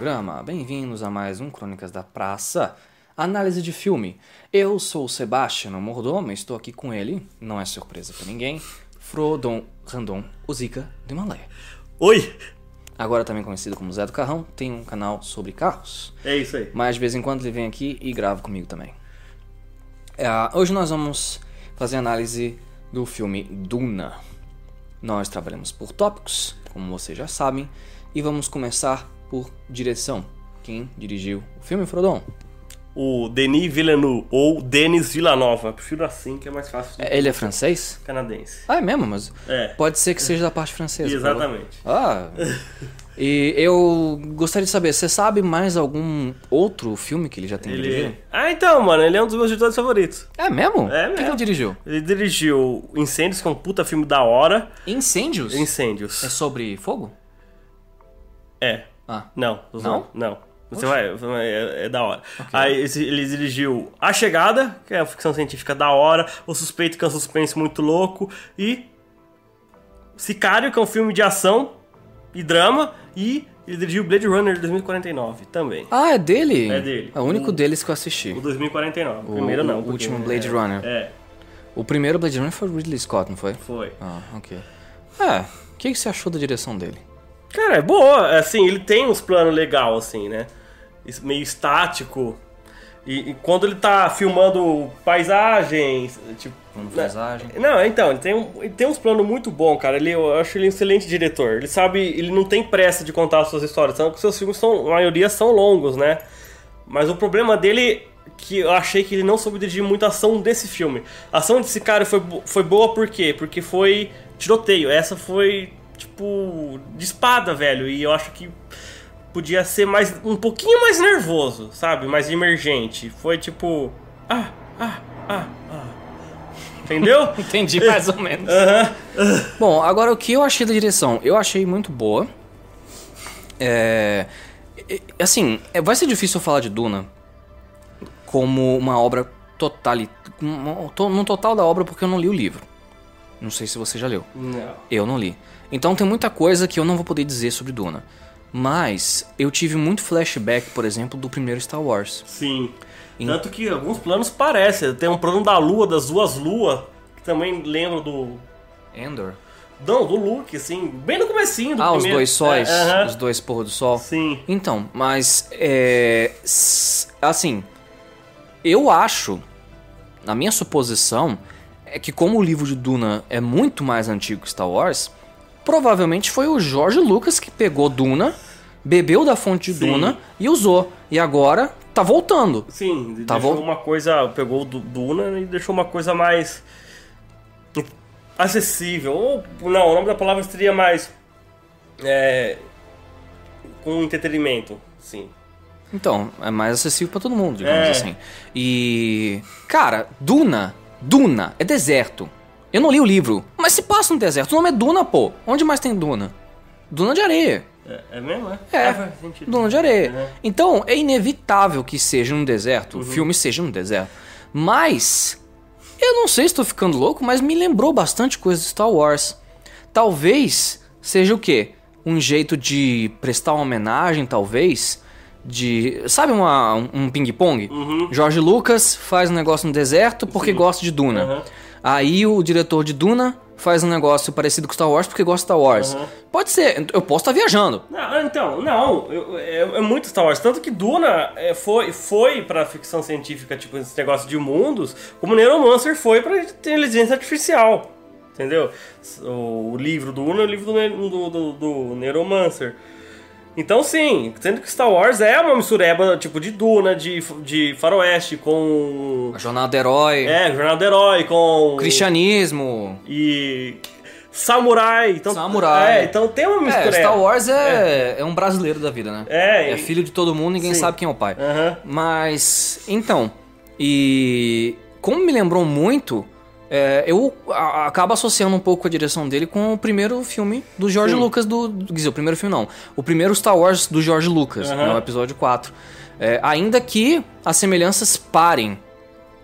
programa, bem-vindos a mais um Crônicas da Praça, análise de filme. Eu sou o Sebastião Mordomo, estou aqui com ele, não é surpresa pra ninguém, Frodon Randon Uzica de Malé. Oi! Agora também conhecido como Zé do Carrão, tem um canal sobre carros. É isso aí. Mas de vez em quando ele vem aqui e grava comigo também. Hoje nós vamos fazer análise do filme Duna. Nós trabalhamos por tópicos, como vocês já sabem, e vamos começar por direção. Quem dirigiu o filme, Frodon? O Denis Villeneuve, ou Denis Villanova. Prefiro assim, que é mais fácil. Ele é francês? Canadense. Ah, é mesmo? Mas pode ser que seja da parte francesa. Exatamente. E eu gostaria de saber, você sabe mais algum outro filme que ele já tem dirigido? Então, mano, ele é um dos meus diretores favoritos. É mesmo? É O que mesmo. ele dirigiu? Ele dirigiu Incêndios, que é um puta filme da hora. Incêndios? Incêndios. É sobre fogo? É. Ah. Não. Não? Não. Você vai, é da hora. Okay. Aí ele dirigiu A Chegada, que é uma ficção científica da hora, O Suspeito, que é um suspense muito louco, e Sicário, que é um filme de ação e drama, e ele dirigiu Blade Runner 2049 também. Ah, é dele? É dele. É o único deles que eu assisti. O 2049. O primeiro não. O último Blade Runner. É. O primeiro Blade Runner foi o Ridley Scott, não foi? Foi. Ah, ok. O que você achou da direção dele? Cara, é boa. Assim, ele tem uns planos legais, assim, né? Meio estático. E quando ele tá filmando paisagens, tipo... Paisagem? Não, então, ele tem uns planos muito bons, cara. Eu acho ele um excelente diretor. Ele sabe, ele não tem pressa de contar as suas histórias. Tanto que seus filmes, a maioria, são longos, né? Mas o problema dele, que eu achei que ele não soube dirigir muito a ação desse filme. A ação desse cara foi boa por quê? Porque foi tiroteio. Essa foi, tipo, de espada, velho. E eu acho que podia ser um pouquinho mais nervoso, sabe? Mais emergente. Foi tipo... Entendeu? Entendi mais ou menos. Bom, agora o que eu achei da direção? Eu achei muito boa. Assim, vai ser difícil eu falar de Duna como uma obra no total da obra, porque eu não li o livro. Não sei se você já leu. Não. Eu não li. Então tem muita coisa que eu não vou poder dizer sobre Duna. Mas eu tive muito flashback, por exemplo, do primeiro Star Wars. Sim. Tanto que alguns planos parecem. Tem um plano da Lua, das duas luas, que também lembra do... Endor? Não, do Luke, assim, bem no comecinho do primeiro. Os dois sóis, os dois pôr do sol. Sim. Então, mas, assim, eu acho, na minha suposição, é que como o livro de Duna é muito mais antigo que Star Wars, provavelmente foi o George Lucas que pegou Duna, bebeu da fonte de Duna e usou. E agora tá voltando. Sim, deixou uma coisa, pegou o Duna e deixou uma coisa mais acessível. Ou, não, o nome da palavra seria mais com entretenimento, sim. Então, é mais acessível pra todo mundo, digamos assim. E, cara, Duna é deserto. Eu não li o livro, mas se passa no deserto. O nome é Duna, pô. Onde mais tem Duna? Duna de areia. É mesmo, é? Faz sentido. Duna de areia. Então, é inevitável que seja um deserto, o filme seja um deserto. Mas, eu não sei se estou ficando louco, mas me lembrou bastante coisa de Star Wars. Talvez seja o quê? Um jeito de prestar uma homenagem, talvez, sabe um ping-pong? George Lucas faz um negócio no deserto porque gosta de Duna. Aí o diretor de Duna faz um negócio parecido com Star Wars porque gosta de Star Wars. Pode ser, eu posso estar viajando. Não, é muito Star Wars. Tanto que Duna foi pra ficção científica, tipo, esse negócio de mundos, como Neuromancer foi pra inteligência artificial. Entendeu? O livro Duna é o livro do Neuromancer. Então sim, sendo que Star Wars é uma mistureba tipo de Duna, de faroeste com... A Jornada do Herói. Jornada do Herói com... Cristianismo. E... Samurai. Então, então tem uma mistureba. Star Wars é um brasileiro da vida, né? É filho de todo mundo, ninguém sabe quem é o pai. Mas, então... E... Como me lembrou muito... eu acabo associando um pouco a direção dele com o primeiro filme do George Lucas quer dizer, o primeiro filme não. O primeiro Star Wars do George Lucas, no episódio 4. Ainda que as semelhanças parem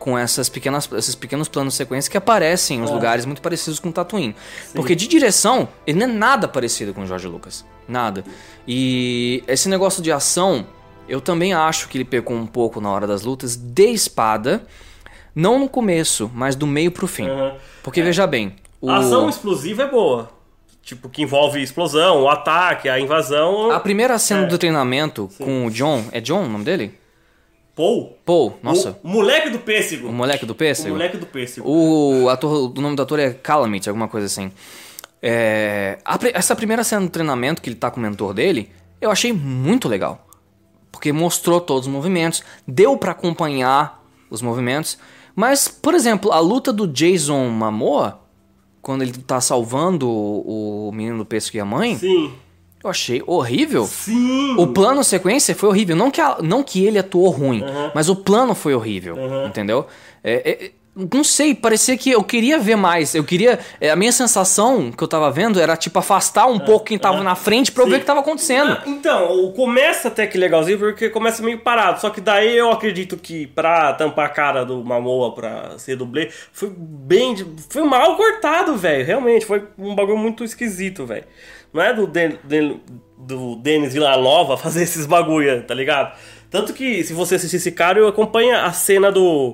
com esses pequenos planos de sequência que aparecem em uns lugares muito parecidos com Tatooine. Sim. Porque de direção, ele não é nada parecido com o George Lucas. Nada. E esse negócio de ação, eu também acho que ele pecou um pouco na hora das lutas de espada. Não no começo, mas do meio pro fim. Porque veja bem... A ação explosiva é boa. Tipo, que envolve explosão, o ataque, a invasão... A primeira cena do treinamento com o John... É John o nome dele? Paul, nossa. O moleque do pêssego. O moleque do pêssego? O moleque do pêssego. O nome do ator é Calamity, alguma coisa assim. Essa primeira cena do treinamento que ele tá com o mentor dele, eu achei muito legal. Porque mostrou todos os movimentos, deu pra acompanhar os movimentos. Mas, por exemplo, a luta do Jason Momoa, quando ele tá salvando o menino do pêssego e a mãe... Sim. Eu achei horrível. Sim. O plano sequência foi horrível. Não que ele atuou ruim, mas o plano foi horrível. Entendeu? Não sei, parecia que eu queria ver mais. A minha sensação que eu tava vendo era tipo afastar um pouco quem tava na frente pra eu ver o que tava acontecendo. Então, começa até que legalzinho porque começa meio parado. Só que daí eu acredito que pra tampar a cara do Momoa pra ser dublê, foi mal cortado, velho. Realmente, foi um bagulho muito esquisito, velho. Não é do Denis Villanova fazer esses bagulho, tá ligado? Tanto que, se você assistir esse cara, eu acompanho a cena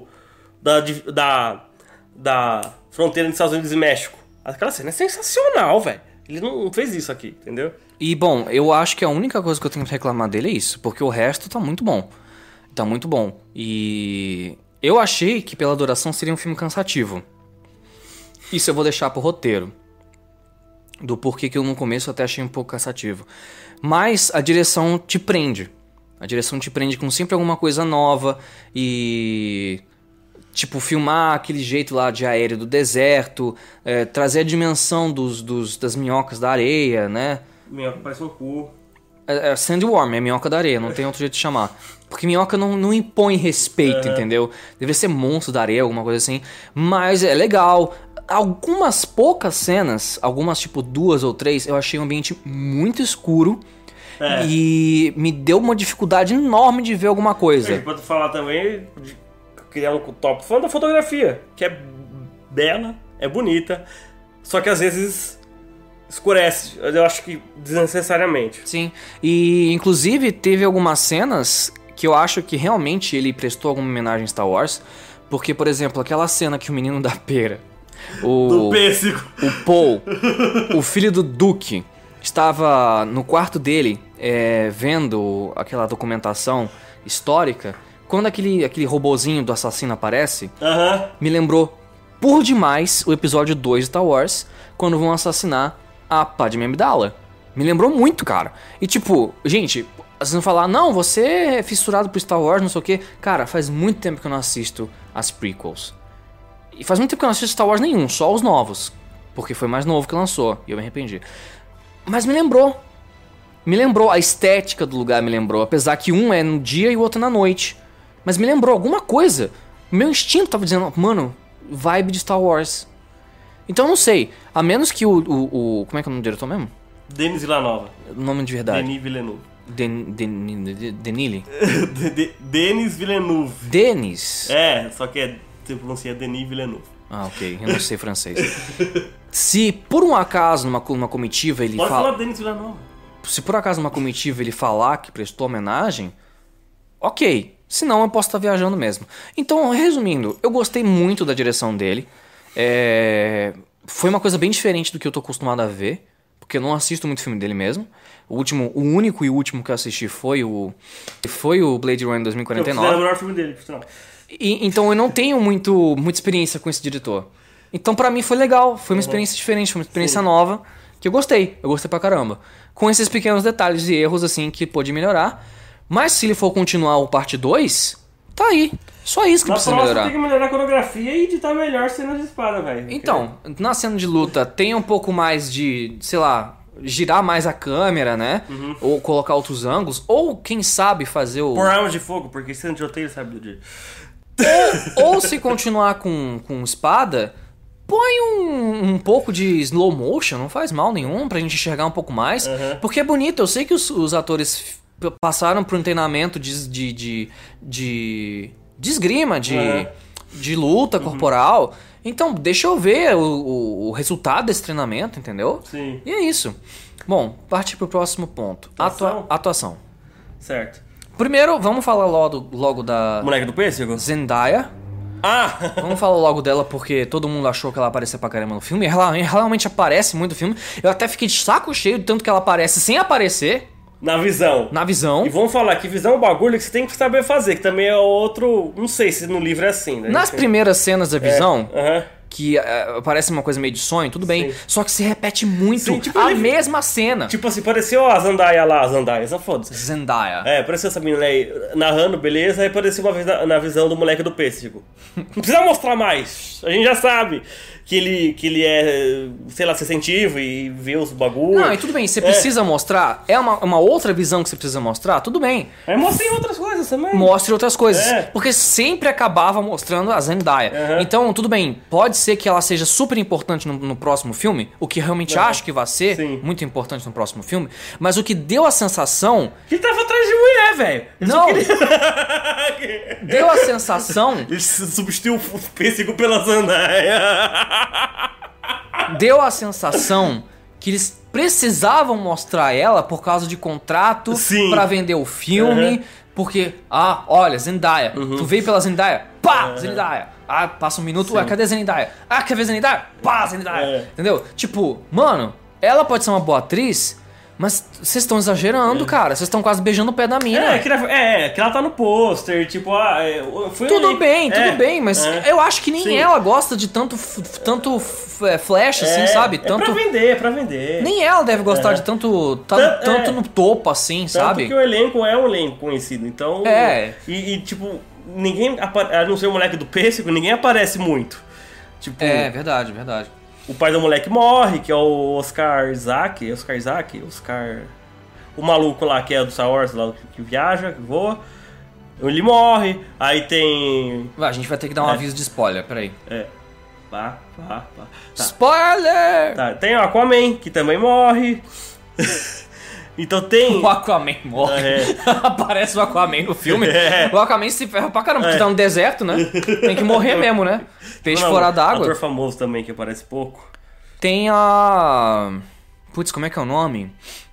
da fronteira dos Estados Unidos e México. Aquela cena é sensacional, velho. Ele não fez isso aqui, entendeu? E, bom, eu acho que a única coisa que eu tenho que reclamar dele é isso. Porque o resto tá muito bom. Tá muito bom. E eu achei que, pela duração, seria um filme cansativo. Isso eu vou deixar pro roteiro. Do porquê que eu no começo até achei um pouco cansativo. Mas a direção te prende. A direção te prende com sempre alguma coisa nova. E... tipo, filmar aquele jeito lá de aéreo do deserto. Trazer a dimensão das minhocas da areia, né? Minhoca parece um cu. Sandworm, é minhoca da areia. Não tem outro jeito de chamar. Porque minhoca não impõe respeito, entendeu? Deveria ser monstro da areia, alguma coisa assim. Mas é legal... Algumas poucas cenas, algumas tipo 2 ou 3, eu achei o ambiente muito escuro e me deu uma dificuldade enorme de ver alguma coisa. Pode falar também de criar um top fã da fotografia, que é bela, é bonita, só que às vezes escurece, eu acho que desnecessariamente. Sim, e inclusive teve algumas cenas que eu acho que realmente ele prestou alguma homenagem a Star Wars, porque, por exemplo, aquela cena que o menino da pera... do pêssego. O Paul, o filho do Duke, estava no quarto dele vendo aquela documentação histórica. Quando aquele robozinho do assassino aparece, me lembrou por demais o episódio 2 de Star Wars, quando vão assassinar a Padmé Amidala. Me lembrou muito, cara. E tipo, gente, vocês vão falar, não, você é fissurado por Star Wars, não sei o quê. Cara, faz muito tempo que eu não assisto as prequels. E faz muito tempo que eu não assisto Star Wars nenhum, só os novos. Porque foi mais novo que lançou, e eu me arrependi. Mas me lembrou. Me lembrou, a estética do lugar me lembrou. Apesar que um é no dia e o outro na noite. Mas me lembrou alguma coisa. Meu instinto tava dizendo, mano, vibe de Star Wars. Então eu não sei. A menos que como é que é o nome do diretor mesmo? Denis Villanova. O nome de verdade. Denis Villeneuve. Denili? Denis Villeneuve. Denis? Só que você pronuncia Denis Villeneuve. Ah, ok. Eu não sei francês. Se por um acaso numa comitiva ele Pode falar Denis Villeneuve. Se por acaso numa comitiva ele falar que prestou homenagem, ok. Senão eu posso estar viajando mesmo. Então, resumindo, eu gostei muito da direção dele. Foi uma coisa bem diferente do que eu tô acostumado a ver. Porque eu não assisto muito filme dele mesmo. O único e último que eu assisti foi o Blade Runner 2049. É o melhor filme dele, por sinal. Então eu não tenho muita experiência com esse diretor. Então pra mim foi legal, foi uma experiência diferente, foi uma experiência nova, que eu gostei pra caramba. Com esses pequenos detalhes e erros assim que pôde melhorar. Mas se ele for continuar o parte 2, tá aí. Só isso que precisa melhorar. Tem que melhorar a coreografia e editar melhor cenas de espada, velho. Então, na cena de luta tem um pouco mais de, sei lá, girar mais a câmera, né? Ou colocar outros ângulos, ou quem sabe fazer o... Por arma de fogo, porque cena de roteiro sabe do dia. Ou se continuar com espada, põe um pouco de slow motion, não faz mal nenhum, pra gente enxergar um pouco mais. Porque é bonito, eu sei que os atores passaram por um treinamento de esgrima, de luta corporal. Então, deixa eu ver o resultado desse treinamento, entendeu? Sim. E é isso. Bom, partir pro próximo ponto. Atuação. Certo. Primeiro, vamos falar logo da Moleque do pêssego? Zendaya. Ah! Vamos falar logo dela porque todo mundo achou que ela aparecia pra caramba no filme. Ela realmente aparece muito no filme. Eu até fiquei de saco cheio de tanto que ela aparece sem aparecer. Na visão. Na visão. E vamos falar que visão é um bagulho que você tem que saber fazer, que também é outro... Não sei se no livro é assim, né? Nas primeiras cenas da visão, Aham. que parece uma coisa meio de sonho, tudo bem. Sim. Só que se repete muito Sim, tipo, a ele- mesma cena. Tipo assim, pareceu a Zendaya lá, a Zendaya, só foda-se. Zendaya. Pareceu essa menina aí narrando, beleza, aí apareceu uma vez na visão do moleque do pêssego. Não precisa mostrar mais, a gente já sabe que ele é, sei lá, sensitivo e vê os bagulhos. Não, e tudo bem, você precisa mostrar. É uma outra visão que você precisa mostrar, tudo bem. Aí mostrem outras coisas também. Mostre outras coisas. É. Porque sempre acabava mostrando a Zendaya. Aham. Então, tudo bem, pode ser que ela seja super importante no próximo filme, o que realmente acho que vai ser Sim. muito importante no próximo filme, mas o que deu a sensação. Que ele tava atrás de mulher, velho. Ele só Não! queria- Deu a sensação. Ele substituiu o pêssego pela Zendaya. Deu a sensação que eles precisavam mostrar ela por causa de contrato Sim. pra vender o filme. Uhum. Porque, olha, Zendaya. Tu veio pela Zendaya? Pá, Zendaya. Ah, passa um minuto, ué, cadê Zendaya? Ah, quer ver Zendaya? Pá, Zendaya. É. Entendeu? Tipo, mano, ela pode ser uma boa atriz, mas vocês estão exagerando, cara. Vocês estão quase beijando o pé da mina. Que ela tá no pôster, tipo, foi Tudo ali. bem, mas eu acho que nem Sim. ela gosta de tanto flash, assim, sabe? É pra vender. Nem ela deve gostar de tanto no topo, assim, Tanto sabe? que o elenco é um elenco conhecido, então... E tipo, ninguém, a não ser o moleque do pêssego, ninguém aparece muito. Tipo, É, verdade. o pai do moleque morre, que é o Oscar Isaac. O maluco lá que é do Star Wars, lá que viaja, que voa. Ele morre, aí tem... A gente vai ter que dar um aviso de spoiler, peraí. Tá. Spoiler! Tá, tem o Aquaman, que também morre. Então tem... O Aquaman morre. Aparece o Aquaman no filme. O Aquaman se ferra pra caramba, porque tá no deserto, né? Tem que morrer mesmo, né? Peixe fora d'água. Ator famoso também, que aparece pouco. Tem a... Putz, como é que é o nome?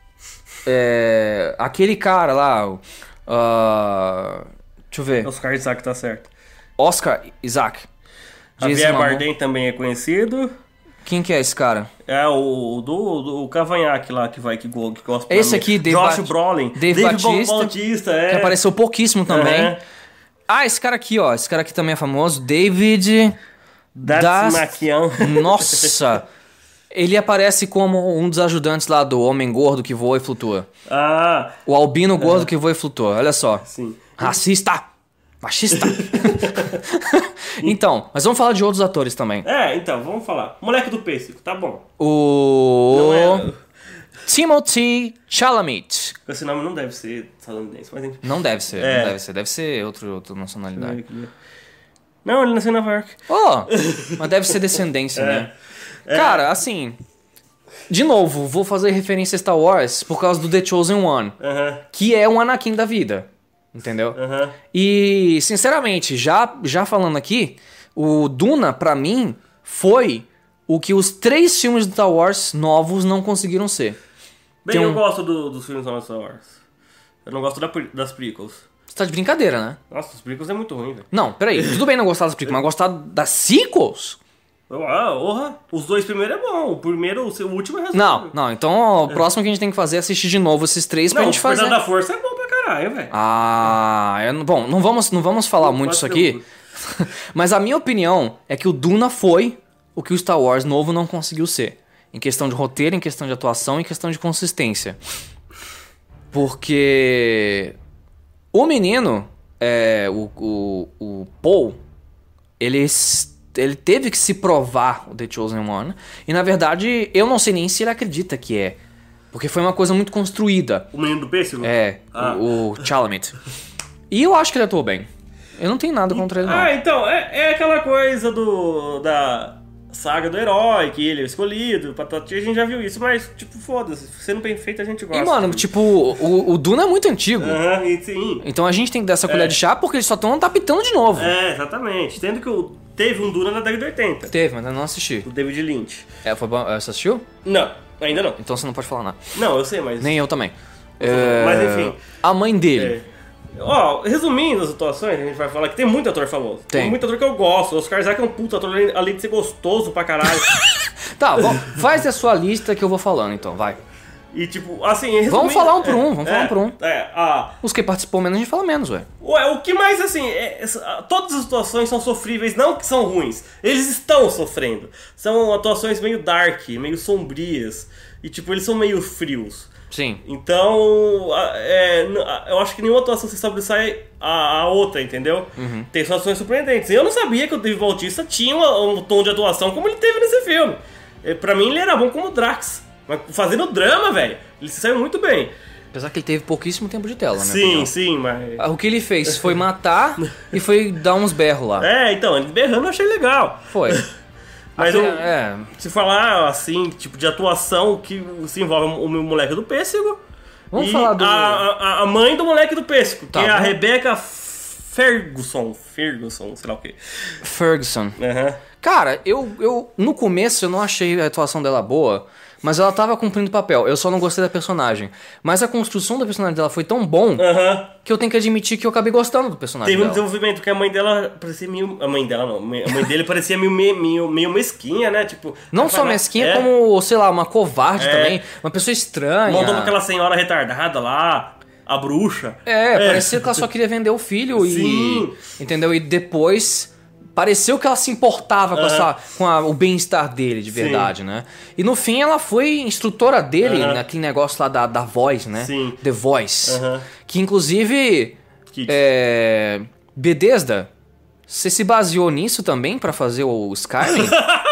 Aquele cara lá... Deixa eu ver. Oscar Isaac tá certo. Oscar Isaac. Javier Bardem também é conhecido. Quem que é esse cara? É o Cavanhaque lá que gosta. Esse aqui, Josh Brolin. Dave Bautista, que apareceu pouquíssimo também. Esse cara aqui, ó. Esse cara aqui também é famoso. David... Dastmalchian. Nossa! Ele aparece como um dos ajudantes lá do homem gordo que voa e flutua. O albino gordo que voa e flutua. Olha só. Sim. Racista! Machista! Então, mas vamos falar de outros atores também. Então, vamos falar. Moleque do pêssego, tá bom. O... Não é... Timothy Chalamet. Esse nome não deve ser estadunidense, mas enfim. Não deve ser, não deve ser. Deve ser outra nacionalidade. Não, ele nasceu em Nova York. Mas deve ser descendência, né? Cara, assim... De novo, vou fazer referência a Star Wars por causa do The Chosen One. Que é um Anakin da vida. Entendeu? E, sinceramente, já falando aqui, o Duna, pra mim, foi o que os 3 filmes do Star Wars novos não conseguiram ser. Bem, eu gosto dos filmes novos Star Wars. Eu não gosto das prequels. Você tá de brincadeira, né? Nossa, os prequels é muito ruim, velho. Não, peraí. Tudo bem não gostar das prequels, mas gostar das sequels? Os 2 primeiros é bom. O primeiro, o último é razoável. Não. Então, o próximo que a gente tem que fazer é assistir de novo esses 3 pra gente fazer. O Despertar da Força é bom pra caralho, velho. Bom, não vamos falar muito disso aqui. Mas a minha opinião é que o Duna foi o que o Star Wars novo não conseguiu ser. Em questão de roteiro, em questão de atuação, em questão de consistência. Porque o menino, o Paul, ele teve que se provar o The Chosen One. E na verdade, eu não sei nem se ele acredita que é. Porque foi uma coisa muito construída. O menino do pêssego? O Chalamet. E eu acho que ele atuou bem. Eu não tenho nada contra ele, não. Então, é aquela coisa da saga do herói, que ele é o escolhido, patati, a gente já viu isso, mas, tipo, foda-se, sendo bem feito a gente gosta. E, mano, tipo, o Duna é muito antigo. Sim. Então a gente tem que dar essa colher de chá porque eles só estão adaptando de novo. Exatamente. Tendo que teve um Duna na década de 80. Teve, mas eu não assisti. O David Lynch. Foi bom? Você assistiu? Não, ainda não. Então você não pode falar nada. Não, eu sei, mas... Nem eu também. Mas enfim. A mãe dele. Resumindo as atuações, a gente vai falar que tem muito ator famoso. Tem muito ator que eu gosto. O Oscar Isaac é um puto ator, além de ser gostoso pra caralho. Tá, bom, faz a sua lista que eu vou falando, então, vai. E tipo, assim, resumindo... Vamos falar um por um, Os que participou menos, a gente fala menos, ué. O que mais, assim, todas as atuações são sofríveis, não que são ruins. Eles estão sofrendo. São atuações meio dark, meio sombrias. E tipo, eles são meio frios. Sim. Então, eu acho que nenhuma atuação se sobressai a outra, entendeu? Tem atuações surpreendentes. Eu não sabia que o Dave Bautista tinha um tom de atuação como ele teve nesse filme. Pra mim, ele era bom como Drax. Mas fazendo drama, velho, ele se saiu muito bem. Apesar que ele teve pouquíssimo tempo de tela, né? Sim, mas... O que ele fez foi matar e foi dar uns berros lá. Então, ele berrando eu achei legal. Foi. Mas se falar, assim, tipo, de atuação que se envolve o meu moleque do pêssego. Vamos falar do... A mãe do moleque do pêssego, tá, que é a Rebecca Ferguson, sei lá o quê. Ferguson. Cara, eu no começo eu não achei a atuação dela boa, mas ela tava cumprindo o papel. Eu só não gostei da personagem. Mas a construção do personagem dela foi tão bom que eu tenho que admitir que eu acabei gostando do personagem Teve um dela. desenvolvimento que a mãe dela parecia meio... A mãe dela não. A mãe dele parecia meio mesquinha, né? Tipo... Não só mesquinha, como, sei lá, uma covarde também. Uma pessoa estranha. Mandou aquela senhora retardada lá... A bruxa. Parecia que ela só queria vender o filho. Sim. Entendeu? E depois... Pareceu que ela se importava com o bem-estar dele, de verdade, né? E no fim ela foi instrutora dele naquele negócio lá da voz, né? Sim. The Voice. Que inclusive... Bethesda, você se baseou nisso também pra fazer o Skyrim?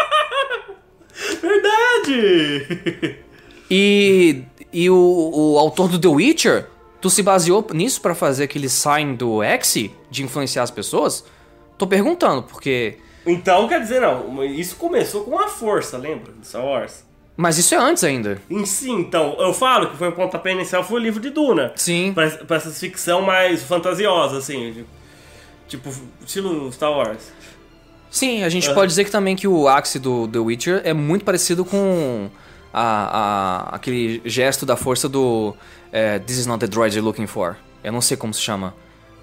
Verdade! E o autor do The Witcher, tu se baseou nisso pra fazer aquele sign do X de influenciar as pessoas? Tô perguntando, porque... Então, quer dizer, não, isso começou com a força, lembra? Do Star Wars. Mas isso é antes ainda. Sim, então, eu falo que foi o pontapé inicial, foi o livro de Duna. Sim. Pra essa ficção mais fantasiosa, assim, tipo, estilo Star Wars. Sim, a gente pode dizer que também que o Axe do The Witcher é muito parecido com aquele gesto da força do This is not the droid you're looking for. Eu não sei como se chama.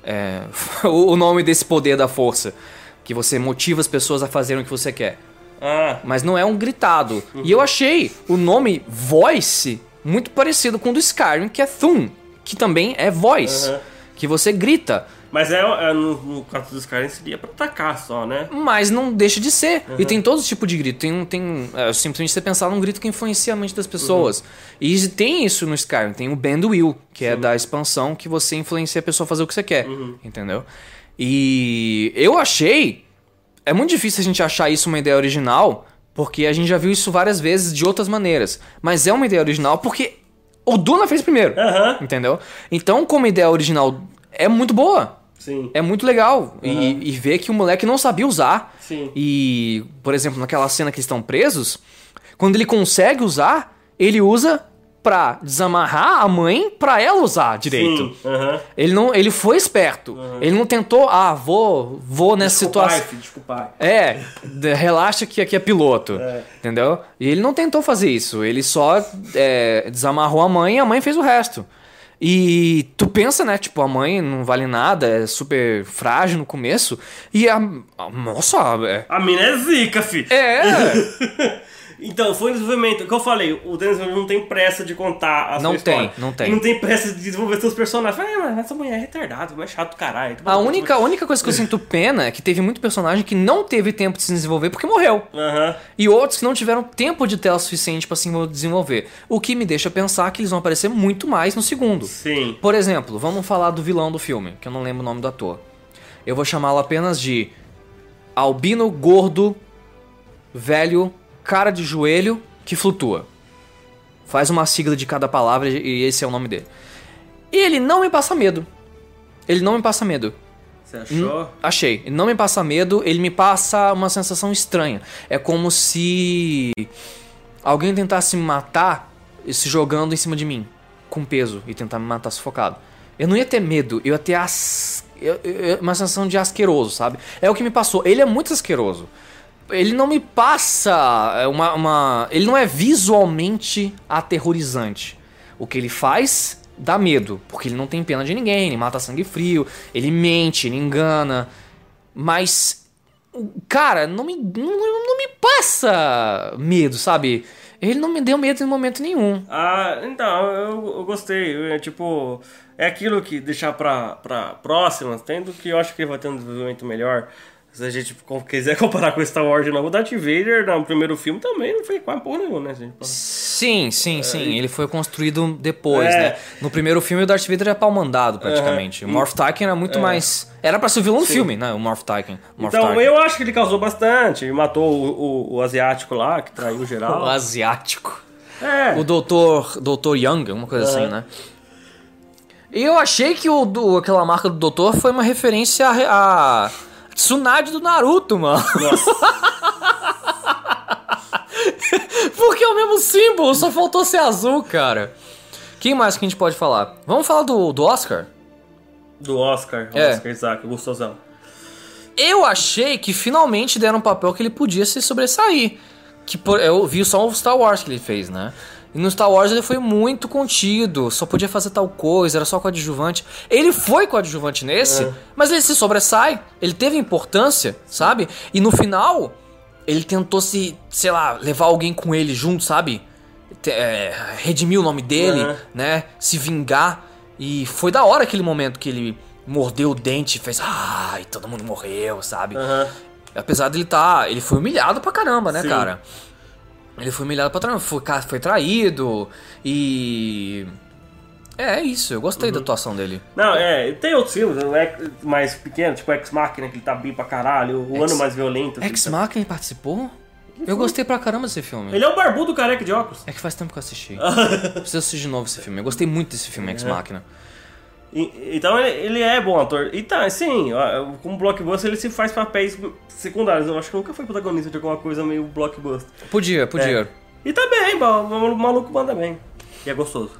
O nome desse poder da força. Que você motiva as pessoas a fazerem o que você quer. Mas não é um gritado. E eu achei o nome Voice muito parecido com o do Skyrim, que é Thum. Que também é Voice. Que você grita. Mas no caso do Skyrim seria pra atacar só, né? Mas não deixa de ser. E tem todo tipo de grito. Simplesmente você pensar num grito que influencia a mente das pessoas. E tem isso no Skyrim. Tem o Bend Will, que é da expansão que você influencia a pessoa a fazer o que você quer. Entendeu? E eu achei... É muito difícil a gente achar isso uma ideia original, porque a gente já viu isso várias vezes de outras maneiras. Mas é uma ideia original porque o Duna fez primeiro. Entendeu? Então, como ideia original, é muito boa. Sim. É muito legal. E ver que o moleque não sabia usar. Sim. E, por exemplo, naquela cena que eles estão presos, quando ele consegue usar, ele usa pra desamarrar a mãe pra ela usar direito. Sim. Ele foi esperto. Ele não tentou, vou nessa situação. Desculpa. Relaxa que aqui é piloto. Entendeu? E ele não tentou fazer isso. Ele só desamarrou a mãe e a mãe fez o resto. E tu pensa, né? Tipo, a mãe não vale nada, é super frágil no começo. E nossa... A mina é zica, fi. Então, foi um desenvolvimento. O que eu falei, o Dennis não tem pressa de contar a sua história. Não tem. E não tem pressa de desenvolver seus personagens. Mas essa mulher é retardada, é chato do caralho. A única coisa que eu sinto pena é que teve muito personagem que não teve tempo de se desenvolver porque morreu. E outros que não tiveram tempo de tela suficiente pra se desenvolver. O que me deixa pensar que eles vão aparecer muito mais no segundo. Sim. Por exemplo, vamos falar do vilão do filme, que eu não lembro o nome do ator. Eu vou chamá-lo apenas de albino, gordo, velho, cara de joelho que flutua. Faz uma sigla de cada palavra e esse é o nome dele. E ele não me passa medo. Você achou? Achei. Ele não me passa medo, ele me passa uma sensação estranha. É como se alguém tentasse me matar se jogando em cima de mim, com peso, e tentar me matar sufocado. Eu não ia ter medo, eu ia ter uma sensação de asqueroso, sabe? É o que me passou. Ele é muito asqueroso. Ele não me passa ele não é visualmente aterrorizante. O que ele faz dá medo, porque ele não tem pena de ninguém, ele mata sangue frio, ele mente, ele engana. Mas, cara, não me passa medo, sabe? Ele não me deu medo em momento nenhum. Ah, então, eu gostei. Tipo, é aquilo que deixar pra próxima, tendo que eu acho que ele vai ter um desenvolvimento melhor. Se a gente quiser comparar com Star Wars de novo, o Darth Vader no primeiro filme também não foi quase porra nenhuma, né? Sim. Ele foi construído depois, né? No primeiro filme o Darth Vader era pau mandado, praticamente. O Moff Tarkin era muito mais... Era pra ser o vilão do filme, né? O Moff Tarkin. Então, eu acho que ele causou bastante. Ele matou o asiático lá, que traiu geral. O asiático. É. O Dr. Young, alguma coisa assim, né? E eu achei que aquela marca do doutor foi uma referência a Tsunade do Naruto, mano. Nossa. Porque é o mesmo símbolo, só faltou ser azul, cara. Quem mais que a gente pode falar? Vamos falar do Oscar? Do Oscar, Oscar Isaac, gostosão. Eu achei que finalmente deram um papel que ele podia se sobressair. Eu vi só o Star Wars que ele fez, né? E no Star Wars ele foi muito contido, só podia fazer tal coisa, era só coadjuvante. Ele foi coadjuvante nesse, mas ele se sobressai, ele teve importância, sabe? E no final, ele tentou sei lá, levar alguém com ele junto, sabe? Redimir o nome dele, né? Se vingar. E foi da hora aquele momento que ele mordeu o dente e fez... e todo mundo morreu, sabe? Apesar dele ele foi humilhado pra caramba, né, cara? Ele foi humilhado pra caramba, foi traído e... É isso, eu gostei da atuação dele. Não, tem outros filmes mais pequenos, tipo Ex Machina, que ele tá bem pra caralho, O Ano Mais Violento. Ex Machina participou? Eu gostei pra caramba desse filme. Ele é o barbudo careca de óculos. É que faz tempo que eu assisti. Preciso assistir de novo esse filme. Eu gostei muito desse filme, Ex Machina. Então ele é bom ator. E tá, sim, como blockbuster ele se faz papéis secundários. Eu acho que nunca foi protagonista de alguma coisa meio blockbuster. Podia. E tá bem, o maluco manda bem. E é gostoso.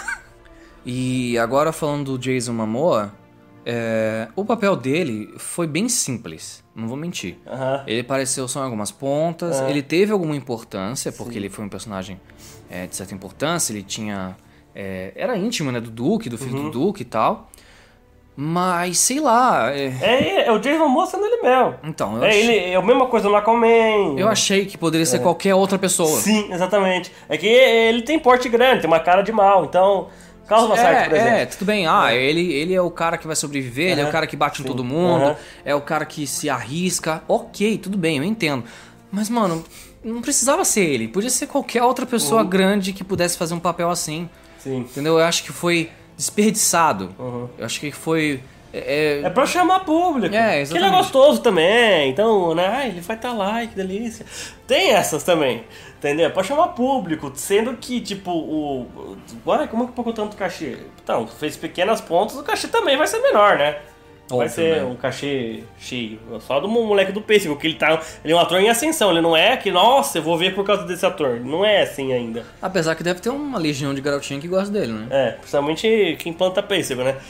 E agora falando do Jason Momoa, o papel dele foi bem simples, não vou mentir. Ele apareceu só em algumas pontas, ele teve alguma importância, porque ele foi um personagem de certa importância, ele tinha... era íntimo, né, do Duke, do filho do Duke e tal. Mas, sei lá... É o Jason Momoa sendo ele mesmo. Então, ele é a mesma coisa no Aquaman. Eu achei que poderia ser qualquer outra pessoa. Sim, exatamente. É que ele tem porte grande, tem uma cara de mal, então... Causa uma certa presença. Tudo bem. Ele é o cara que vai sobreviver, ele é o cara que bate em todo mundo, é o cara que se arrisca. Ok, tudo bem, eu entendo. Mas, mano, não precisava ser ele. Podia ser qualquer outra pessoa grande que pudesse fazer um papel assim. Sim. Entendeu? Eu acho que foi desperdiçado. Eu acho que foi... É pra chamar público. Exatamente. Que ele é gostoso também. Então, né? Ele vai estar lá, que delícia. Tem essas também. Entendeu? É pra chamar público. Sendo que, tipo, Agora, como é que pagou tanto cachê? Então, fez pequenas pontas, o cachê também vai ser menor, né? Vai ser um cachê cheio. Só do moleque do pêssego, que ele é um ator em ascensão. Ele não é que, nossa, eu vou ver por causa desse ator. Não é assim ainda. Apesar que deve ter uma legião de garotinha que gosta dele, né? Principalmente quem planta pêssego, né?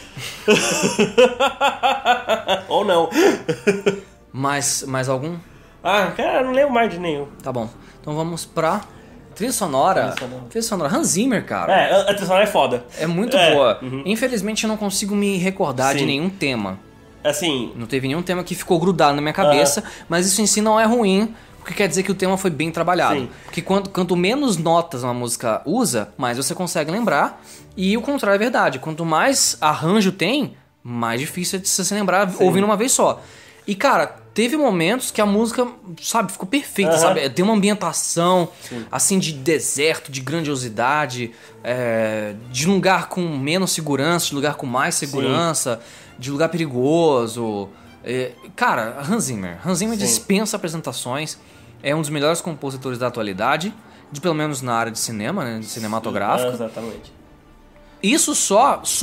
Ou não. Mais algum? Cara, não lembro mais de nenhum. Tá bom. Então vamos pra... Trilha sonora. Hans Zimmer, cara. A trilha sonora é foda. É muito boa. Infelizmente eu não consigo me recordar de nenhum tema. Assim... Não teve nenhum tema que ficou grudado na minha cabeça, mas isso em si não é ruim, porque quer dizer que o tema foi bem trabalhado. Sim. Porque quanto menos notas uma música usa, mais você consegue lembrar, e o contrário é verdade. Quanto mais arranjo tem, mais difícil é de você se lembrar ouvindo uma vez só. E, cara, teve momentos que a música, sabe, ficou perfeita, sabe? Tem uma ambientação, assim, de deserto, de grandiosidade, de lugar com menos segurança, de lugar com mais segurança, de lugar perigoso. Cara, Hans Zimmer dispensa apresentações, é um dos melhores compositores da atualidade, pelo menos na área de cinema, né, de cinematográfico. Exatamente. Isso só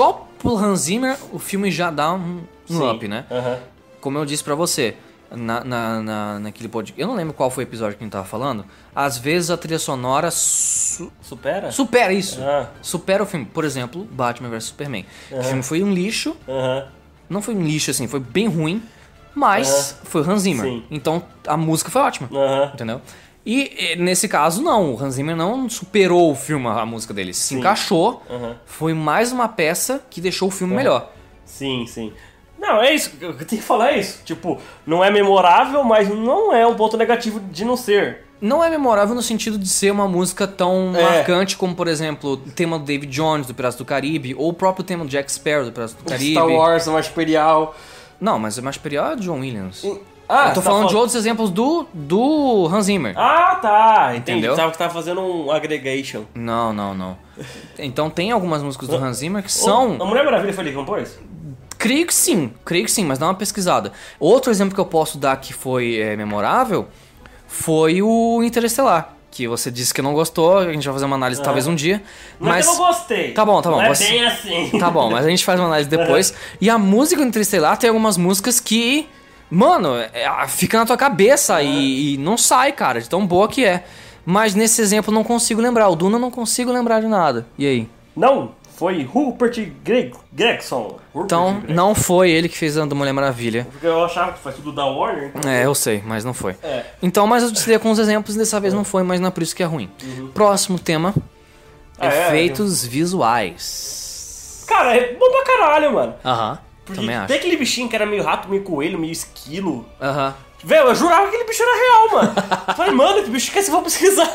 pro Hans Zimmer, o filme já dá um up, né? Como eu disse pra você, naquele podcast... Eu não lembro qual foi o episódio que a gente tava falando. Às vezes a trilha sonora... Supera? Supera isso. Supera o filme. Por exemplo, Batman vs Superman. O filme foi um lixo. Não foi um lixo, assim, foi bem ruim. Mas foi o Hans Zimmer. Sim. Então a música foi ótima. Entendeu? E nesse caso, não. O Hans Zimmer não superou o filme, a música dele. Se encaixou. Foi mais uma peça que deixou o filme melhor. Sim, sim. Não, é isso. Eu tenho que falar isso. Tipo, não é memorável, mas não é um ponto negativo de não ser. Não é memorável no sentido de ser uma música tão marcante como, por exemplo, o tema do David Jones, do Piratas do Caribe, ou o próprio tema do Jack Sparrow, do Piratas do Caribe. Star Wars, o Mais Imperial. Não, mas o Mais Imperial é John Williams. Eu tô falando de outros exemplos do Hans Zimmer. Ah, tá. Entendi. Entendeu? Que tava fazendo um aggregation. Não. Então tem algumas músicas do Hans Zimmer que são... A Mulher Maravilha foi ele que compôs? Creio que sim, mas dá uma pesquisada. Outro exemplo que eu posso dar que foi memorável foi o Interestelar, que você disse que não gostou, a gente vai fazer uma análise talvez um dia. Mas eu não gostei. Tá bom. Não é bem assim. Tá bom, mas a gente faz uma análise depois. E a música do Interestelar tem algumas músicas que, mano, fica na tua cabeça e não sai, cara, de tão boa que é. Mas nesse exemplo não consigo lembrar. O Duna eu não consigo lembrar de nada. E aí? Não, foi Rupert Gregson. Então, não foi ele que fez a do Mulher Maravilha. Porque eu achava que foi tudo da Warner. Então... eu sei, mas não foi. Então, mas eu te dei com os exemplos e dessa vez não foi, mas não é por isso que é ruim. Próximo tema. Efeitos visuais. Cara, é bom pra caralho, mano. Porque também acho. Tem aquele bichinho que era meio rato, meio coelho, meio esquilo. Velho, eu jurava que aquele bicho era real, mano. Falei, mano, que bicho que é esse? Vou pesquisar.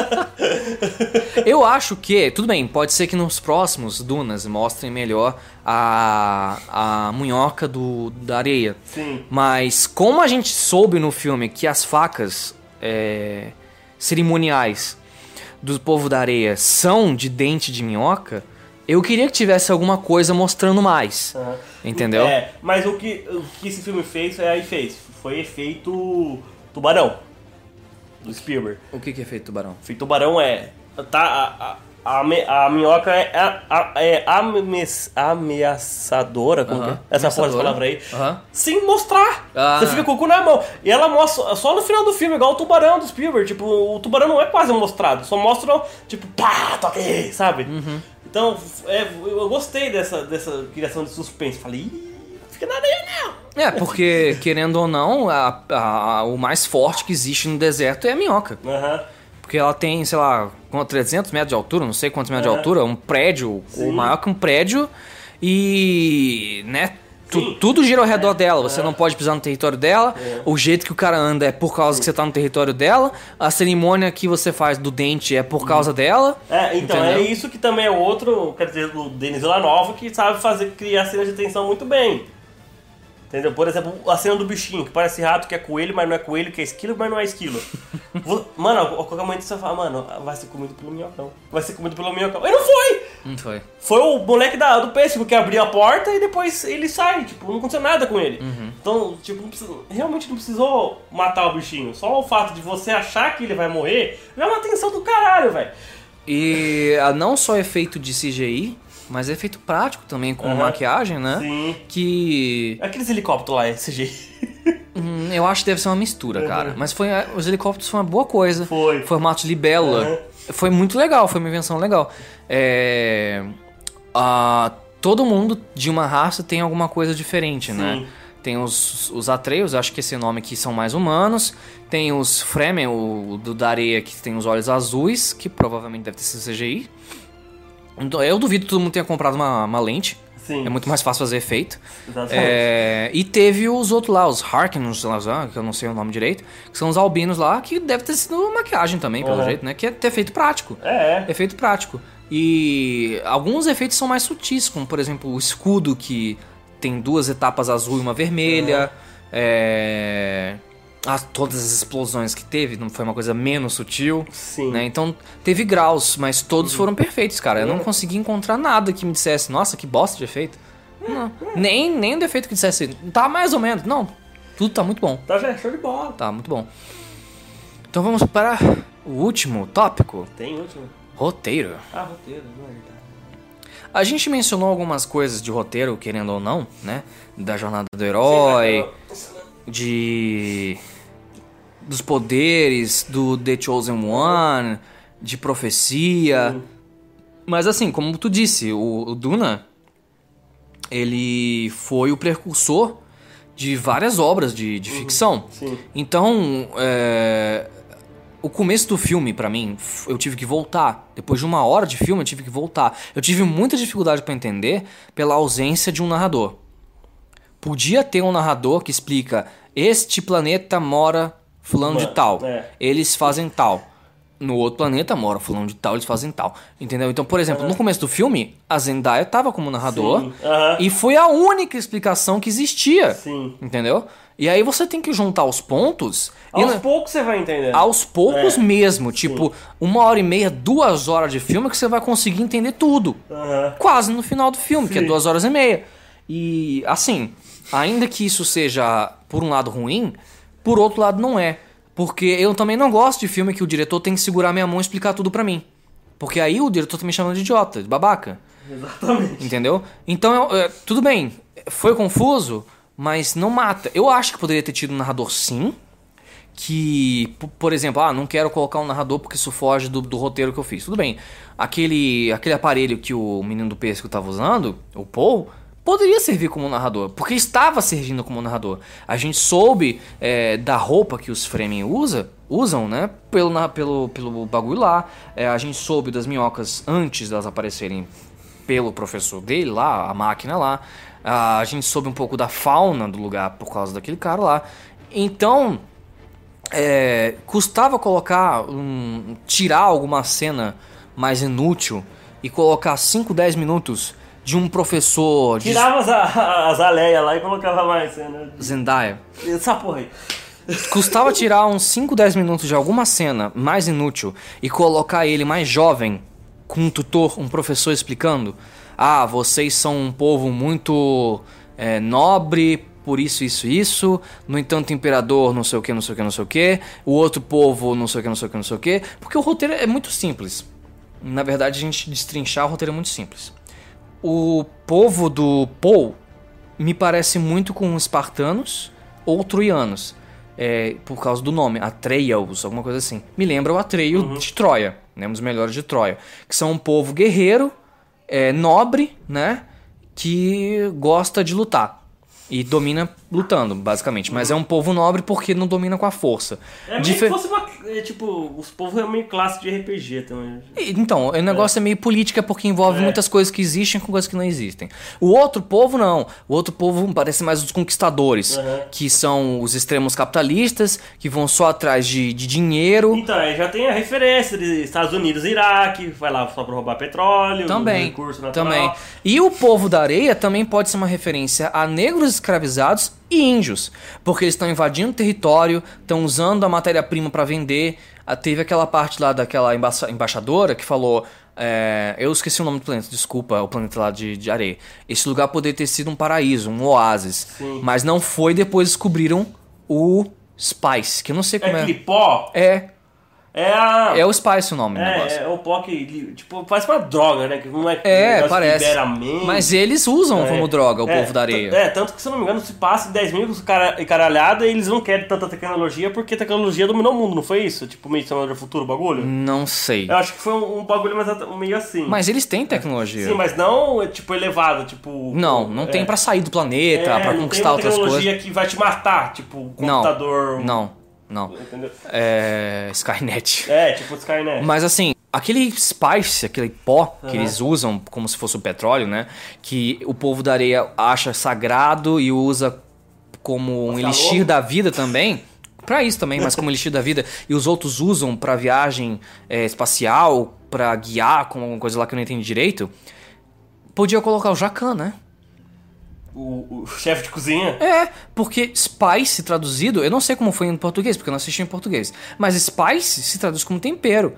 Eu acho que, tudo bem, pode ser que nos próximos Dunas mostrem melhor a munhoca da areia. Sim. Mas como a gente soube no filme que as facas cerimoniais do povo da areia são de dente de minhoca, eu queria que tivesse alguma coisa mostrando mais. Entendeu? Mas o que esse filme fez foi efeito tubarão do Spielberg. O que é efeito tubarão? Efeito tubarão a minhoca é ameaçadora, como que é? Essa forma de palavra aí. Sem mostrar. Você fica com o cu na mão. E ela mostra só no final do filme, igual o tubarão do Spielberg. Tipo, o tubarão não é quase mostrado. Só mostra, tipo, pá, toque aí, sabe? Então, eu gostei dessa criação de suspense. Falei, não fica nada aí não. Porque, querendo ou não, o mais forte que existe no deserto é a minhoca. Porque ela tem, sei lá, 300 metros de altura, não sei quantos metros de altura, um prédio, ou maior que um prédio, e, né, tudo gira ao redor dela, você não pode pisar no território dela, o jeito que o cara anda é por causa que você tá no território dela, a cerimônia que você faz do dente é por causa dela. Então entendeu? É isso que também é outro, quer dizer, o Denis Villeneuve, que sabe criar cenas de tensão muito bem. Entendeu? Por exemplo, a cena do bichinho, que parece rato, que é coelho, mas não é coelho, que é esquilo, mas não é esquilo. Mano, a qualquer momento você fala, mano, vai ser comido pelo minhocão. Vai ser comido pelo minhocão. E não foi! Não foi. Foi o moleque do pêssego que abriu a porta e depois ele sai. Tipo, não aconteceu nada com ele. Então, tipo, realmente não precisou matar o bichinho. Só o fato de você achar que ele vai morrer já é uma tensão do caralho, velho. E não só efeito de CGI... Mas é efeito prático também, com maquiagem, né? Sim. Que... Aqueles helicópteros lá, CGI. Eu acho que deve ser uma mistura, cara. Mas os helicópteros foi uma boa coisa. Foi. Formato de libélula. Foi muito legal, foi uma invenção legal. Todo mundo de uma raça tem alguma coisa diferente, né? Tem os Atreios, acho que esse nome aqui são mais humanos. Tem os Fremen, da areia, que tem os olhos azuis, que provavelmente deve ter sido CGI. Eu duvido que todo mundo tenha comprado uma lente. Sim. É muito mais fácil fazer efeito. Exatamente. E teve os outros lá, os Harkonnens, que eu não sei o nome direito, que são os albinos lá, que deve ter sido maquiagem também, pelo jeito, né? Que é efeito prático. Efeito prático. E alguns efeitos são mais sutis, como por exemplo o escudo, que tem 2 etapas azul e uma vermelha. Todas as explosões que teve, não foi uma coisa menos sutil. Sim. Né? Então teve graus, mas todos foram perfeitos, cara. Eu não consegui encontrar nada que me dissesse, nossa, que bosta de efeito. Não. Nem um defeito que dissesse, tá mais ou menos. Não, tudo tá muito bom. Tá, já, show de bola. Tá muito bom. Então vamos para o último tópico. Tem último? Roteiro. Roteiro, não é verdade. A gente mencionou algumas coisas de roteiro, querendo ou não, né? Da jornada do herói, dos poderes, do The Chosen One, de profecia. Mas assim, como tu disse, o Duna, ele foi o precursor de várias obras de ficção. Sim. Então, o começo do filme, pra mim, eu tive que voltar. Depois de 1 hora de filme, eu tive que voltar. Eu tive muita dificuldade pra entender pela ausência de um narrador. Podia ter um narrador que explica: este planeta mora fulano de tal, eles fazem tal. No outro planeta mora fulano de tal, eles fazem tal. Entendeu? Então, por exemplo, no começo do filme, a Zendaya tava como narrador. E foi a única explicação que existia. Sim. Entendeu? E aí você tem que juntar os pontos. Aos poucos você vai entender. Aos poucos mesmo. Tipo, 1h30, 2 horas de filme que você vai conseguir entender tudo. Quase no final do filme, que é 2h30. E, assim, ainda que isso seja, por um lado, ruim, por outro lado, não é. Porque eu também não gosto de filme que o diretor tem que segurar minha mão e explicar tudo pra mim. Porque aí o diretor tá me chamando de idiota, de babaca. Exatamente. Entendeu? Então, tudo bem, foi confuso, mas não mata. Eu acho que poderia ter tido um narrador sim, que, por exemplo, não quero colocar um narrador porque isso foge do roteiro que eu fiz. Tudo bem, aquele aparelho que o menino do pêssego tava usando, o Paul, poderia servir como narrador, porque estava servindo como narrador. A gente soube da roupa que os Fremen usam, né? Pelo bagulho lá. A gente soube das minhocas antes delas aparecerem pelo professor dele lá, a máquina lá. A gente soube um pouco da fauna do lugar por causa daquele cara lá. Então, custava tirar alguma cena mais inútil e colocar 5, 10 minutos de um professor... Tirava as aleias lá e colocava mais cena. Zendaya. Essa porra aí. Custava tirar uns 5, 10 minutos de alguma cena mais inútil e colocar ele mais jovem, com um tutor, um professor explicando: vocês são um povo muito nobre, por isso, isso. No entanto, o imperador não sei o que, não sei o que, não sei o que. O outro povo não sei o que, não sei o que, não sei o que. Porque o roteiro é muito simples. Na verdade, a gente destrinchar o roteiro é muito simples. O povo do Paul me parece muito com espartanos ou troianos, por causa do nome, Atreios, alguma coisa assim. Me lembra o Atreio de Troia, né, um dos melhores de Troia, que são um povo guerreiro, nobre, né, que gosta de lutar e domina lutando, basicamente. Mas é um povo nobre porque não domina com a força. Meio que fosse os povos é meio classe de RPG também. Então, o negócio é meio política porque envolve muitas coisas que existem com coisas que não existem. O outro povo não. O outro povo parece mais os conquistadores, que são os extremos capitalistas, que vão só atrás de dinheiro. Então, já tem a referência de Estados Unidos e Iraque, vai lá só pra roubar petróleo, recurso natural. Também. E o povo da areia também pode ser uma referência a negros escravizados e índios, porque eles estão invadindo o território, estão usando a matéria-prima para vender. Teve aquela parte lá daquela embaixadora que falou, eu esqueci o nome do planeta, desculpa, o planeta lá de areia. Esse lugar poderia ter sido um paraíso, um oásis. Sim. Mas não foi, depois descobriram o Spice, que eu não sei como é. Aquele pó? É o Spice o nome do negócio. É o pó que, tipo, parece uma droga, né? Que não parece. Que libera mente. Mas eles usam como droga, o povo da areia. Tanto que, se eu não me engano, se passa 10 mil caralhada e eles não querem tanta tecnologia porque a tecnologia dominou o mundo, não foi isso? Tipo, meio de futuro o bagulho? Não sei. Eu acho que foi um bagulho meio assim. Mas eles têm tecnologia. Sim, mas não, tipo, elevado, tipo... Não tem pra sair do planeta, pra conquistar outras coisas. Não tem tecnologia que vai te matar, tipo, computador... Não. Entendeu? Skynet. Tipo Skynet. Mas assim, aquele spice, aquele pó que eles usam como se fosse o petróleo, né? Que o povo da areia acha sagrado e usa como um elixir da vida também. Pra isso também, mas como elixir da vida. E os outros usam pra viagem espacial, pra guiar com alguma coisa lá que eu não entendi direito. Podia colocar o Jaqen, né? O chefe de cozinha? Porque spice traduzido, eu não sei como foi em português, porque eu não assisti em português. Mas spice se traduz como tempero.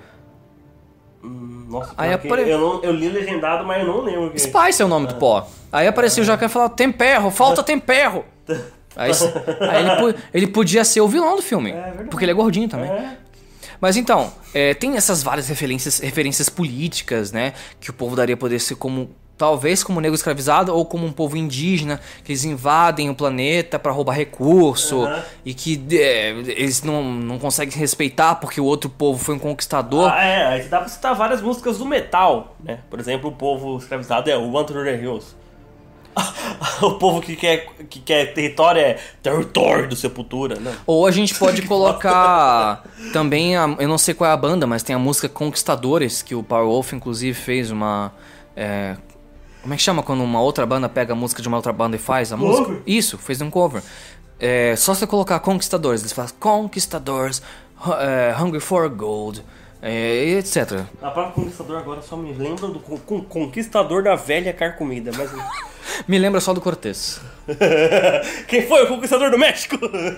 Nossa, eu li legendado, mas eu não lembro. Spice é o nome do pó. Aí apareceu o Jaqen e falou: tempero, falta tempero. Aí ele podia ser o vilão do filme, porque ele é gordinho também. Mas então, tem essas várias referências políticas, né? Que o povo daria poder ser como talvez como negro escravizado ou como um povo indígena, que eles invadem o planeta pra roubar recurso e que eles não conseguem respeitar porque o outro povo foi um conquistador. Aí dá pra citar várias músicas do metal, né? Por exemplo, o povo escravizado é o One to the Hills. O povo que quer território é território do Sepultura, né? Ou a gente pode colocar também, eu não sei qual é a banda, mas tem a música Conquistadores, que o Powerwolf inclusive fez uma... como é que chama quando uma outra banda pega a música de uma outra banda e faz a música? Isso, fez um cover. Só você colocar Conquistadores, eles falam Conquistadores, Hungry for Gold, etc. A palavra Conquistador agora só me lembra do Conquistador da Velha Carcomida, mas... Me lembra só do Cortez. Quem foi o Conquistador do México?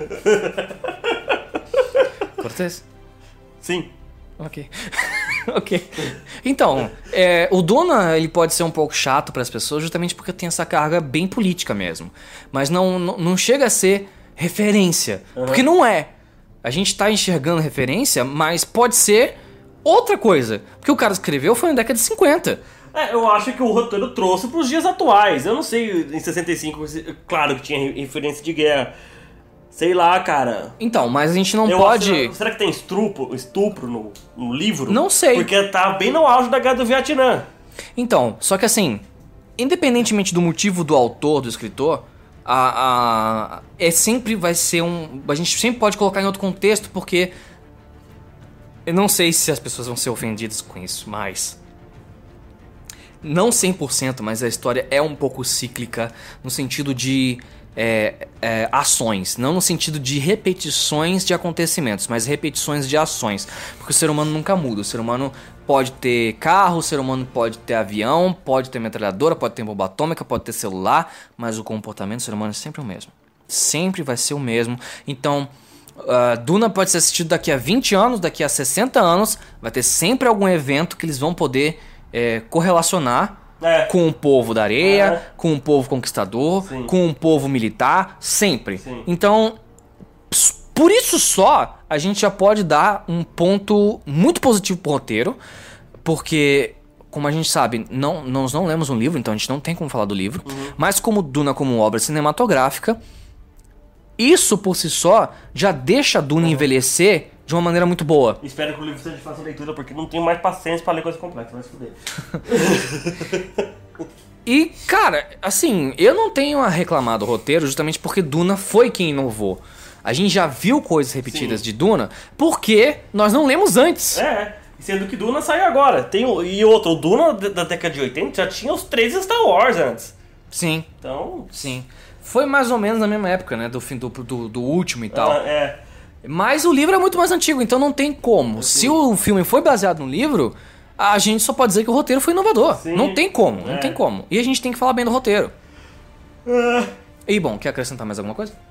Cortez? Sim. Ok. Ok. Então, o Duna ele pode ser um pouco chato para as pessoas justamente porque tem essa carga bem política mesmo. Mas não chega a ser referência. Porque não é. A gente tá enxergando referência, mas pode ser outra coisa. Porque o cara escreveu foi na década de 50. Eu acho que o roteiro trouxe pros dias atuais. Eu não sei, em 65, claro que tinha referência de guerra. Sei lá, cara. Então, mas a gente não pode... Será que tem estupro no livro? Não sei. Porque tá bem no auge da guerra do Vietnã. Então, só que assim, independentemente do motivo do autor, do escritor, sempre vai ser a gente sempre pode colocar em outro contexto, porque eu não sei se as pessoas vão ser ofendidas com isso, mas não 100%, mas a história é um pouco cíclica no sentido de ações, não no sentido de repetições de acontecimentos, mas repetições de ações, porque o ser humano nunca muda. O ser humano pode ter carro, o ser humano pode ter avião, pode ter metralhadora, pode ter bomba atômica, pode ter celular, mas o comportamento do ser humano é sempre o mesmo, sempre vai ser o mesmo. Então Duna pode ser assistido daqui a 20 anos, daqui a 60 anos, vai ter sempre algum evento que eles vão poder correlacionar com o povo da areia, com o povo conquistador, sim, com o povo militar, sempre. Sim. Então, por isso só, a gente já pode dar um ponto muito positivo pro roteiro, porque, como a gente sabe, nós não lemos um livro, então a gente não tem como falar do livro, mas como Duna como obra cinematográfica, isso por si só já deixa a Duna envelhecer de uma maneira muito boa. Espero que o livro seja de fácil leitura, porque não tenho mais paciência pra ler coisa complexa, vai se fuder. E, cara, assim, eu não tenho a reclamar do roteiro justamente porque Duna foi quem inovou. A gente já viu coisas repetidas, sim, de Duna porque nós não lemos antes. Sendo que Duna saiu agora. E outro, o Duna da década de 80 já tinha os 3 Star Wars antes. Sim. Então... Sim. Foi mais ou menos na mesma época, né? Do fim do último e tal. Mas o livro é muito mais antigo, então não tem como. Se o filme foi baseado no livro, a gente só pode dizer que o roteiro foi inovador. Sim. Não tem como, não tem como. E a gente tem que falar bem do roteiro. E bom, quer acrescentar mais alguma coisa?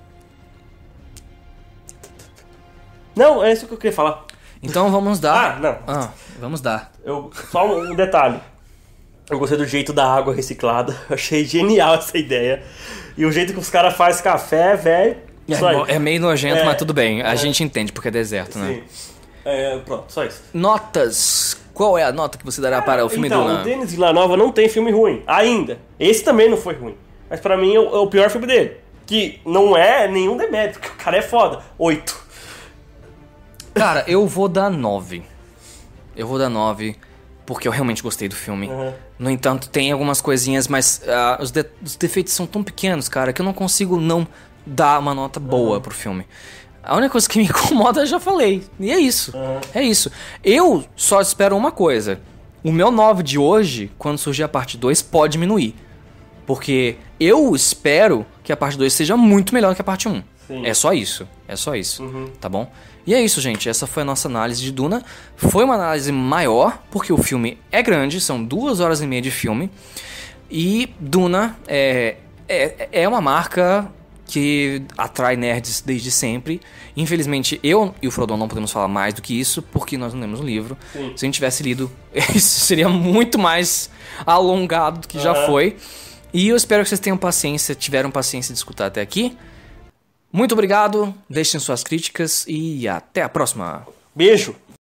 Não, é isso que eu queria falar. Então vamos dar. Não. Vamos dar. Só um detalhe. Eu gostei do jeito da água reciclada. Achei genial essa ideia. E o jeito que os caras fazem café, velho. É meio nojento, mas tudo bem. A gente entende porque é deserto, né? Pronto, só isso. Notas. Qual é a nota que você dará para o filme Duna? O Denis Villeneuve não tem filme ruim, ainda. Esse também não foi ruim. Mas pra mim é o pior filme dele. Que não é nenhum demérito, porque o cara é foda. 8. Cara, eu vou dar 9. Eu vou dar 9 porque eu realmente gostei do filme. No entanto, tem algumas coisinhas, mas os defeitos são tão pequenos, cara, que eu não consigo não dar uma nota boa pro filme. A única coisa que me incomoda eu já falei. E é isso. É isso. Eu só espero uma coisa. O meu 9 de hoje, quando surgir a parte 2, pode diminuir. Porque eu espero que a parte 2 seja muito melhor que a parte 1. Sim. É só isso. É só isso. Tá bom? E é isso, gente. Essa foi a nossa análise de Duna. Foi uma análise maior, porque o filme é grande. São 2 horas e meia de filme. E Duna é uma marca que atrai nerds desde sempre. Infelizmente, eu e o Frodon não podemos falar mais do que isso, porque nós não lemos o livro. Sim. Se a gente tivesse lido, isso seria muito mais alongado do que já foi. E eu espero que vocês tiveram paciência de escutar até aqui. Muito obrigado, deixem suas críticas e até a próxima. Beijo!